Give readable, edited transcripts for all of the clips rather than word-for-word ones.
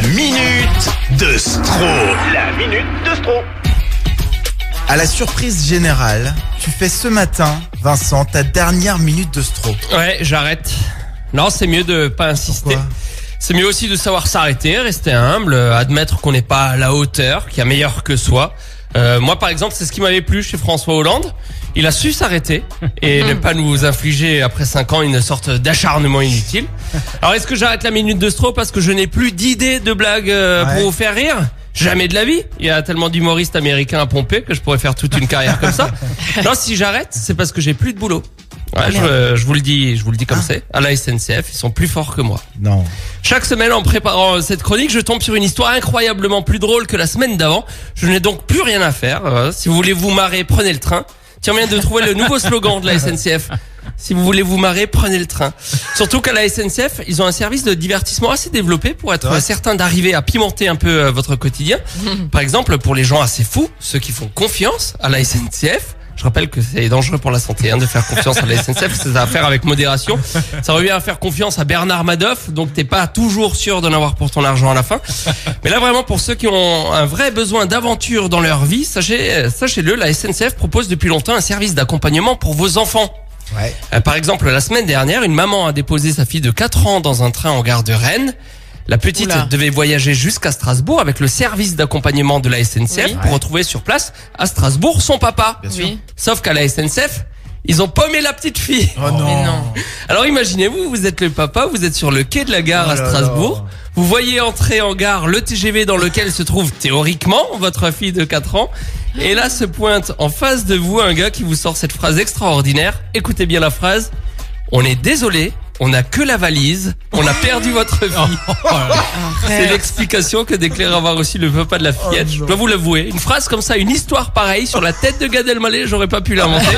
minute de Stro. La minute de Stro. À la surprise générale, tu fais ce matin, Vincent, ta dernière minute de Stro. Ouais, j'arrête. Non, c'est mieux de pas insister. Pourquoi ? C'est mieux aussi de savoir s'arrêter, rester humble, admettre qu'on n'est pas à la hauteur, qu'il y a meilleur que soi. Moi, par exemple, c'est ce qui m'avait plu chez François Hollande. Il a su s'arrêter et ne pas nous infliger après 5 ans une sorte d'acharnement inutile. Alors, est-ce que j'arrête la minute de Stro parce que je n'ai plus d'idées de blagues pour vous faire rire ? Jamais de la vie. Il y a tellement d'humoristes américains à pomper que je pourrais faire toute une carrière comme ça. Non, si j'arrête, c'est parce que j'ai plus de boulot. Ouais, je vous le dis comme c'est. À la SNCF, ils sont plus forts que moi. Non. Chaque semaine, en préparant cette chronique, je tombe sur une histoire incroyablement plus drôle que la semaine d'avant. Je n'ai donc plus rien à faire. Si vous voulez vous marrer, prenez le train. Tiens, on vient de trouver le nouveau slogan de la SNCF. Si vous voulez vous marrer, prenez le train. Surtout qu'à la SNCF, ils ont un service de divertissement assez développé pour être certain d'arriver à pimenter un peu votre quotidien. Par exemple, pour les gens assez fous, ceux qui font confiance à la SNCF. Je rappelle que c'est dangereux pour la santé de faire confiance à la SNCF, c'est à faire avec modération. Ça revient à faire confiance à Bernard Madoff, donc t'es pas toujours sûr d'en avoir pour ton argent à la fin. Mais là vraiment pour ceux qui ont un vrai besoin d'aventure dans leur vie, sachez-le, la SNCF propose depuis longtemps un service d'accompagnement pour vos enfants. Ouais. Par exemple, la semaine dernière, une maman a déposé sa fille de 4 ans dans un train en gare de Rennes. La petite devait voyager jusqu'à Strasbourg avec le service d'accompagnement de la SNCF pour retrouver sur place à Strasbourg son papa. Bien sûr. Sauf qu'à la SNCF, ils ont paumé la petite fille. Oh non. Alors imaginez-vous, vous êtes le papa, vous êtes sur le quai de la gare à Strasbourg. Vous voyez entrer en gare le TGV dans lequel se trouve théoriquement votre fille de 4 ans. Et là se pointe en face de vous un gars qui vous sort cette phrase extraordinaire. Écoutez bien la phrase. On est désolé. On n'a que la valise, on a perdu votre fille. C'est l'explication que déclare avoir reçu le papa de la fillette. Je dois vous l'avouer, une phrase comme ça, une histoire pareille sur la tête de Gad Elmaleh, j'aurais pas pu l'inventer.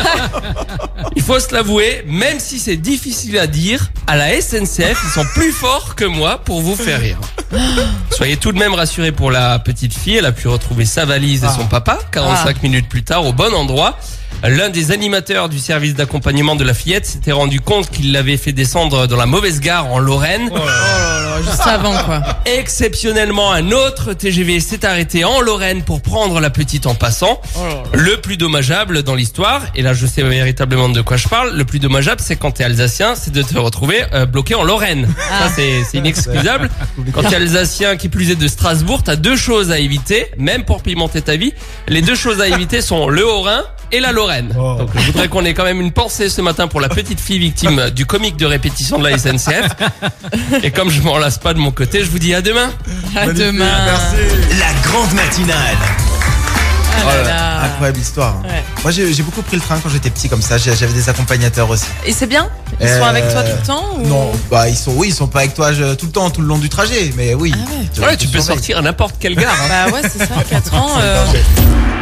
Il faut se l'avouer, même si c'est difficile à dire, à la SNCF, ils sont plus forts que moi pour vous faire rire. Soyez tout de même rassurés pour la petite fille, elle a pu retrouver sa valise et son papa 45 minutes plus tard au bon endroit. L'un des animateurs du service d'accompagnement de la fillette s'était rendu compte qu'il l'avait fait descendre dans la mauvaise gare en Lorraine. Juste avant quoi. Exceptionnellement, un autre TGV s'est arrêté en Lorraine pour prendre la petite en passant. Le plus dommageable dans l'histoire, et là je sais véritablement de quoi je parle, le plus dommageable c'est quand t'es alsacien, c'est de te retrouver bloqué en Lorraine. Ça c'est inexcusable. Quand t'es alsacien, qui plus est de Strasbourg, t'as 2 choses à éviter, même pour pimenter ta vie. Les 2 choses à éviter sont le Haut-Rhin et la Lorraine. Donc je voudrais qu'on ait quand même une pensée ce matin pour la petite fille victime du comique de répétition de la SNCF. Et comme je m'en lasse pas de mon côté, je vous dis à demain. À demain. Merci. La grande matinale. Ah là là. Incroyable histoire. Ouais. Moi, j'ai beaucoup pris le train quand j'étais petit comme ça. J'avais des accompagnateurs aussi. Et c'est bien ? Ils sont avec toi tout le temps ou... Non, bah ils sont pas avec toi tout le temps, tout le long du trajet. Mais oui. Ah ouais. Ouais, tu peux sortir à n'importe quelle gare. Bah ouais, c'est ça, 4 ans.